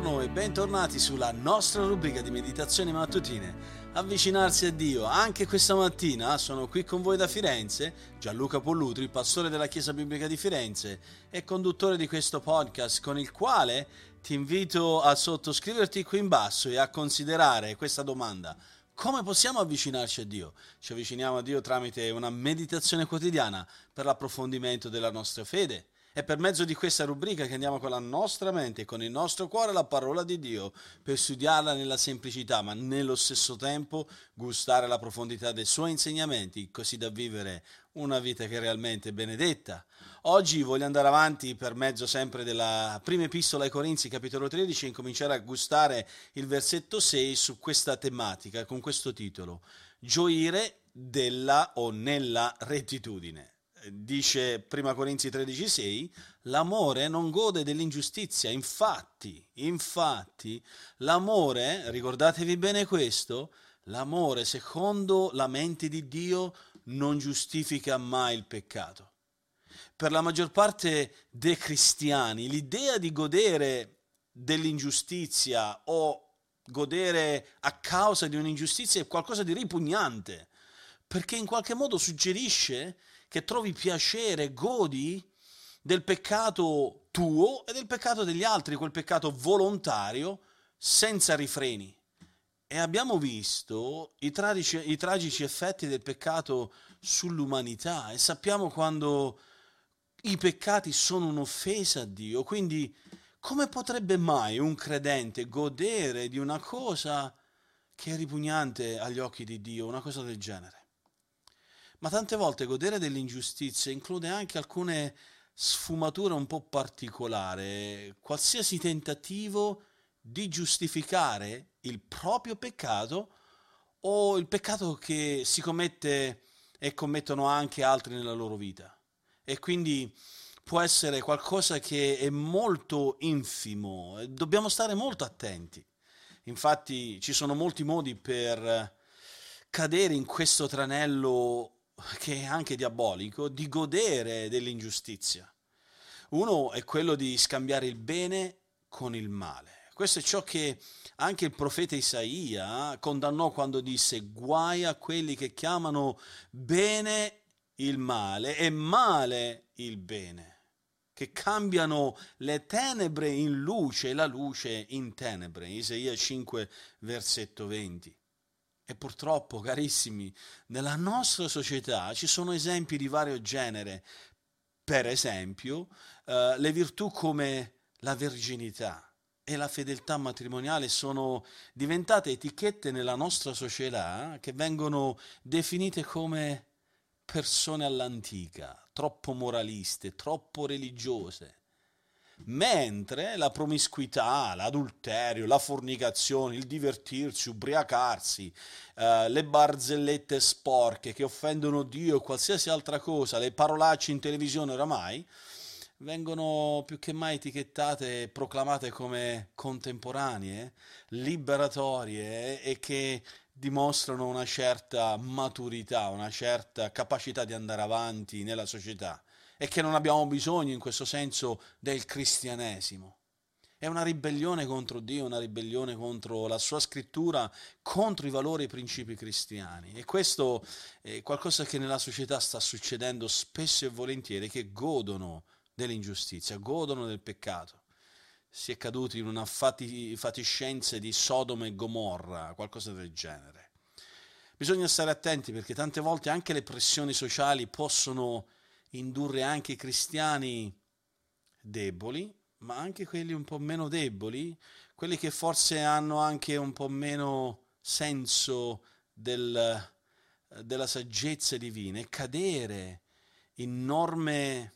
Buongiorno e bentornati sulla nostra rubrica di meditazioni mattutine. Avvicinarsi a Dio. Anche questa mattina sono qui con voi da Firenze, Gianluca Pollutri, pastore della Chiesa Biblica di Firenze e conduttore di questo podcast, con il quale ti invito a sottoscriverti qui in basso e a considerare questa domanda: come possiamo avvicinarci a Dio? Ci avviciniamo a Dio tramite una meditazione quotidiana per l'approfondimento della nostra fede. È per mezzo di questa rubrica che andiamo con la nostra mente e con il nostro cuore la parola di Dio per studiarla nella semplicità, ma nello stesso tempo gustare la profondità dei suoi insegnamenti, così da vivere una vita che è realmente benedetta. Oggi voglio andare avanti per mezzo sempre della prima epistola ai Corinzi, capitolo 13, e incominciare a gustare il versetto 6 su questa tematica, con questo titolo: Gioire della o nella rettitudine. Dice Prima Corinzi 13,6: l'amore non gode dell'ingiustizia, infatti, l'amore, ricordatevi bene questo, l'amore secondo la mente di Dio non giustifica mai il peccato. Per la maggior parte dei cristiani l'idea di godere dell'ingiustizia o godere a causa di un'ingiustizia è qualcosa di ripugnante, perché in qualche modo suggerisce che trovi piacere, godi del peccato tuo e del peccato degli altri, quel peccato volontario, senza rifreni. E abbiamo visto i tragici effetti del peccato sull'umanità e sappiamo quando i peccati sono un'offesa a Dio. Quindi come potrebbe mai un credente godere di una cosa che è ripugnante agli occhi di Dio, una cosa del genere? Ma tante volte godere dell'ingiustizia include anche alcune sfumature un po' particolari, qualsiasi tentativo di giustificare il proprio peccato o il peccato che si commette e commettono anche altri nella loro vita. E quindi può essere qualcosa che è molto infimo, e dobbiamo stare molto attenti. Infatti ci sono molti modi per cadere in questo tranello, che è anche diabolico, di godere dell'ingiustizia. Uno è quello di scambiare il bene con il male. Questo è ciò che anche il profeta Isaia condannò quando disse: guai a quelli che chiamano bene il male e male il bene, che cambiano le tenebre in luce e la luce in tenebre. Isaia 5, versetto 20. E purtroppo, carissimi, nella nostra società ci sono esempi di vario genere. Per esempio, le virtù come la verginità e la fedeltà matrimoniale sono diventate etichette nella nostra società che vengono definite come persone all'antica, troppo moraliste, troppo religiose. Mentre la promiscuità, l'adulterio, la fornicazione, il divertirsi, ubriacarsi, le barzellette sporche che offendono Dio e qualsiasi altra cosa, le parolacce in televisione oramai, vengono più che mai etichettate e proclamate come contemporanee, liberatorie e che dimostrano una certa maturità, una certa capacità di andare avanti nella società. E che non abbiamo bisogno in questo senso del cristianesimo. È una ribellione contro Dio, una ribellione contro la sua scrittura, contro i valori e i principi cristiani. E questo è qualcosa che nella società sta succedendo spesso e volentieri, che godono dell'ingiustizia, godono del peccato. Si è caduti in una fatiscenza di Sodoma e Gomorra, qualcosa del genere. Bisogna stare attenti, perché tante volte anche le pressioni sociali possono indurre anche i cristiani deboli, ma anche quelli un po' meno deboli, quelli che forse hanno anche un po' meno senso della saggezza divina, e cadere in norme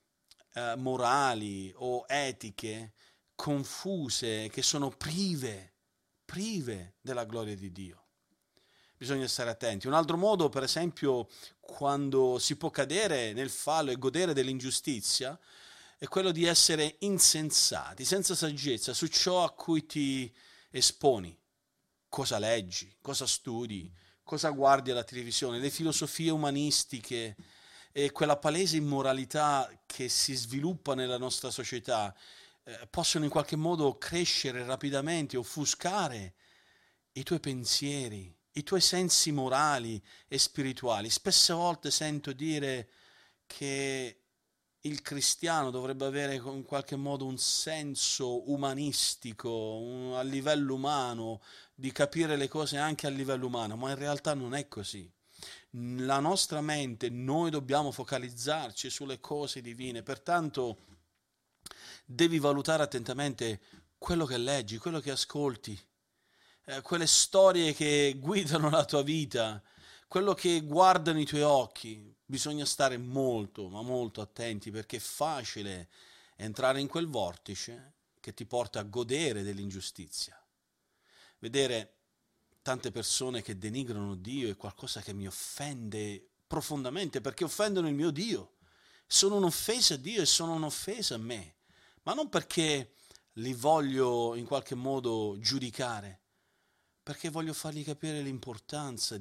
morali o etiche confuse, che sono prive della gloria di Dio. Bisogna stare attenti. Un altro modo, per esempio, quando si può cadere nel fallo e godere dell'ingiustizia, è quello di essere insensati, senza saggezza su ciò a cui ti esponi. Cosa leggi, cosa studi, cosa guardi alla televisione, le filosofie umanistiche e quella palese immoralità che si sviluppa nella nostra società possono in qualche modo crescere rapidamente, offuscare i tuoi pensieri, i tuoi sensi morali e spirituali. Spesse volte sento dire che il cristiano dovrebbe avere in qualche modo un senso umanistico, a livello umano, di capire le cose anche a livello umano, ma in realtà non è così. La nostra mente, noi dobbiamo focalizzarci sulle cose divine, pertanto devi valutare attentamente quello che leggi, quello che ascolti, quelle storie che guidano la tua vita, quello che guardano i tuoi occhi. Bisogna stare molto, ma molto attenti perché è facile entrare in quel vortice che ti porta a godere dell'ingiustizia. Vedere tante persone che denigrano Dio è qualcosa che mi offende profondamente perché offendono il mio Dio. Sono un'offesa a Dio e sono un'offesa a me, ma non perché li voglio in qualche modo giudicare, perché voglio fargli capire l'importanza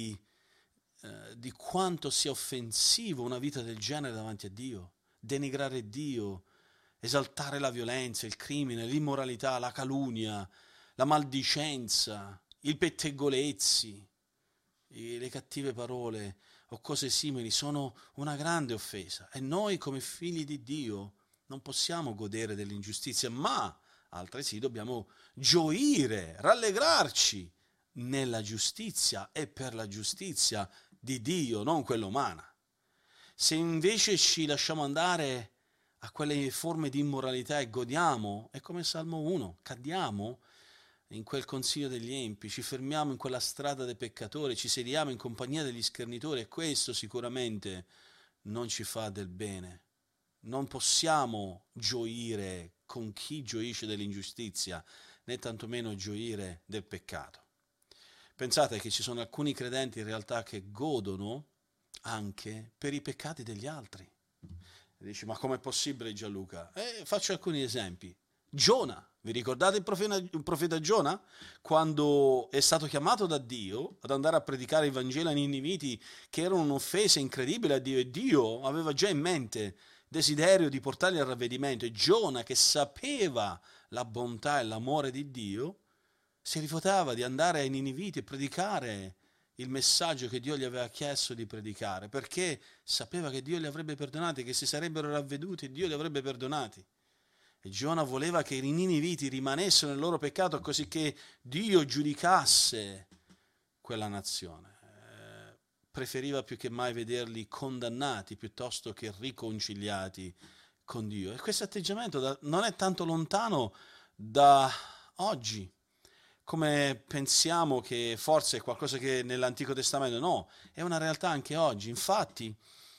di quanto sia offensivo una vita del genere davanti a Dio, denigrare Dio, esaltare la violenza, il crimine, l'immoralità, la calunnia, la maldicenza, i pettegolezzi, le cattive parole o cose simili sono una grande offesa e noi come figli di Dio non possiamo godere dell'ingiustizia, ma altresì dobbiamo gioire, rallegrarci nella giustizia e per la giustizia di Dio, non quella umana. Se invece ci lasciamo andare a quelle forme di immoralità e godiamo, è come Salmo 1, cadiamo in quel consiglio degli empi, ci fermiamo in quella strada dei peccatori, ci sediamo in compagnia degli schernitori e questo sicuramente non ci fa del bene. Non possiamo gioire con chi gioisce dell'ingiustizia, né tantomeno gioire del peccato. Pensate che ci sono alcuni credenti in realtà che godono anche per i peccati degli altri. E dici, ma com'è possibile Gianluca? Faccio alcuni esempi. Giona, vi ricordate il profeta Giona? Quando è stato chiamato da Dio ad andare a predicare il Vangelo ai Niniviti, che erano un'offesa incredibile a Dio, e Dio aveva già in mente desiderio di portarli al ravvedimento, e Giona, che sapeva la bontà e l'amore di Dio, si rifiutava di andare ai Niniviti e predicare il messaggio che Dio gli aveva chiesto di predicare, perché sapeva che Dio li avrebbe perdonati, che si sarebbero ravveduti e Dio li avrebbe perdonati. E Giona voleva che i Niniviti rimanessero nel loro peccato così che Dio giudicasse quella nazione. Preferiva più che mai vederli condannati piuttosto che riconciliati con Dio. E questo atteggiamento non è tanto lontano da oggi, come pensiamo che forse è qualcosa che nell'Antico Testamento, no, è una realtà anche oggi. Infatti,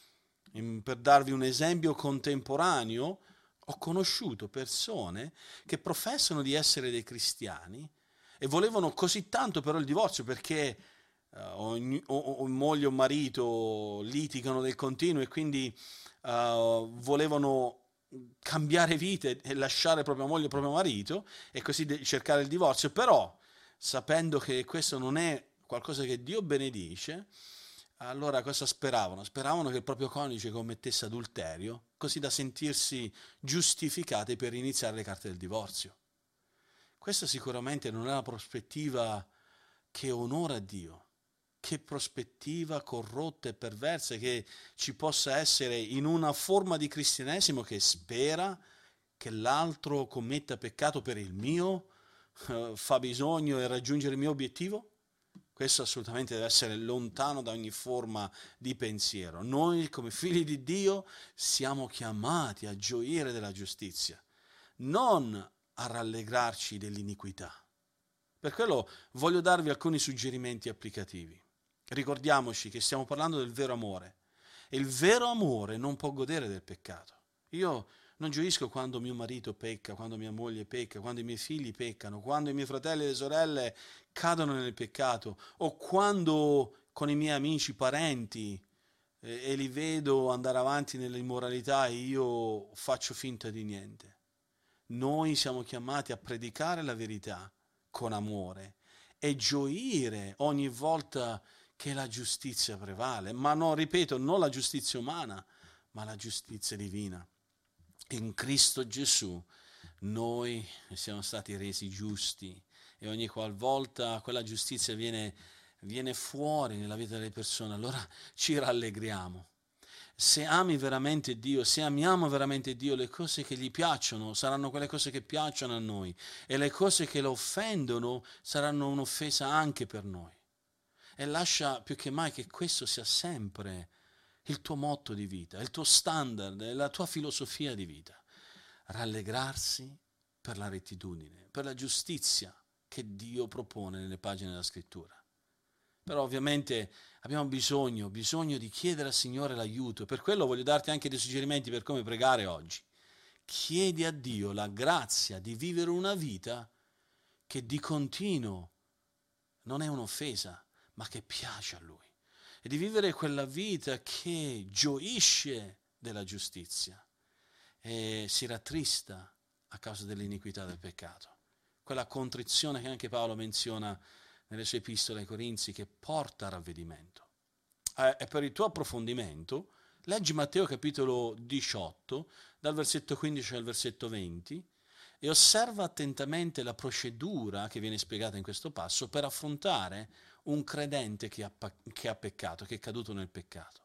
per darvi un esempio contemporaneo, ho conosciuto persone che professano di essere dei cristiani e volevano così tanto però il divorzio perché o moglie o marito litigano del continuo e quindi volevano cambiare vite e lasciare propria moglie o proprio marito e così cercare il divorzio, però sapendo che questo non è qualcosa che Dio benedice, allora cosa speravano? Speravano che il proprio coniuge commettesse adulterio, così da sentirsi giustificati per iniziare le carte del divorzio. Questa sicuramente non è una prospettiva che onora Dio. Che prospettiva corrotta e perversa che ci possa essere in una forma di cristianesimo che spera che l'altro commetta peccato per il mio fa bisogno e raggiungere il mio obiettivo? Questo assolutamente deve essere lontano da ogni forma di pensiero. Noi come figli di Dio siamo chiamati a gioire della giustizia, non a rallegrarci dell'iniquità. Per quello voglio darvi alcuni suggerimenti applicativi. Ricordiamoci che stiamo parlando del vero amore e il vero amore non può godere del peccato. Io non gioisco quando mio marito pecca, quando mia moglie pecca, quando i miei figli peccano, quando i miei fratelli e le sorelle cadono nel peccato o quando con i miei amici, parenti e li vedo andare avanti nell'immoralità e io faccio finta di niente. Noi siamo chiamati a predicare la verità con amore e gioire ogni volta che la giustizia prevale, ma no, ripeto, non la giustizia umana, ma la giustizia divina. In Cristo Gesù noi siamo stati resi giusti e ogni qualvolta quella giustizia viene fuori nella vita delle persone, allora ci rallegriamo. Se ami veramente Dio, se amiamo veramente Dio, le cose che gli piacciono saranno quelle cose che piacciono a noi e le cose che lo offendono saranno un'offesa anche per noi. E lascia più che mai che questo sia sempre il tuo motto di vita, il tuo standard, la tua filosofia di vita. Rallegrarsi per la rettitudine, per la giustizia che Dio propone nelle pagine della Scrittura. Però ovviamente abbiamo bisogno di chiedere al Signore l'aiuto. Per quello voglio darti anche dei suggerimenti per come pregare oggi. Chiedi a Dio la grazia di vivere una vita che di continuo non è un'offesa, ma che piace a Lui. E di vivere quella vita che gioisce della giustizia e si rattrista a causa dell'iniquità del peccato. Quella contrizione che anche Paolo menziona nelle sue epistole ai Corinzi, che porta a ravvedimento. E per il tuo approfondimento, leggi Matteo capitolo 18, dal versetto 15 al versetto 20, e osserva attentamente la procedura che viene spiegata in questo passo per affrontare un credente che ha peccato, che è caduto nel peccato.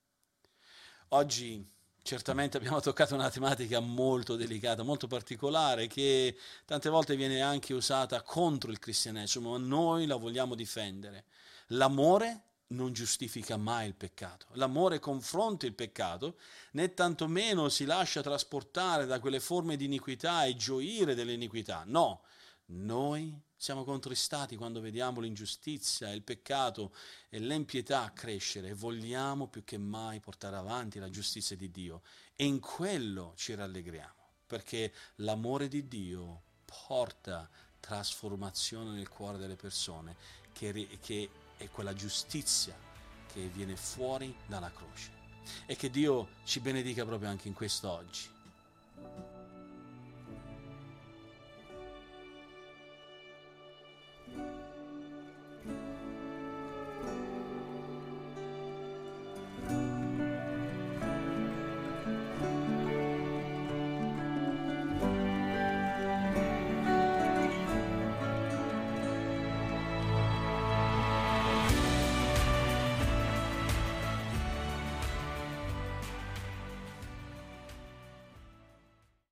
Oggi certamente abbiamo toccato una tematica molto delicata, molto particolare, che tante volte viene anche usata contro il cristianesimo, ma noi la vogliamo difendere. L'amore non giustifica mai il peccato. L'amore confronta il peccato, né tantomeno si lascia trasportare da quelle forme di iniquità e gioire dell'iniquità. No, noi siamo contristati quando vediamo l'ingiustizia, il peccato e l'impietà crescere e vogliamo più che mai portare avanti la giustizia di Dio e in quello ci rallegriamo, perché l'amore di Dio porta trasformazione nel cuore delle persone, che è quella giustizia che viene fuori dalla croce. E che Dio ci benedica proprio anche in questo oggi.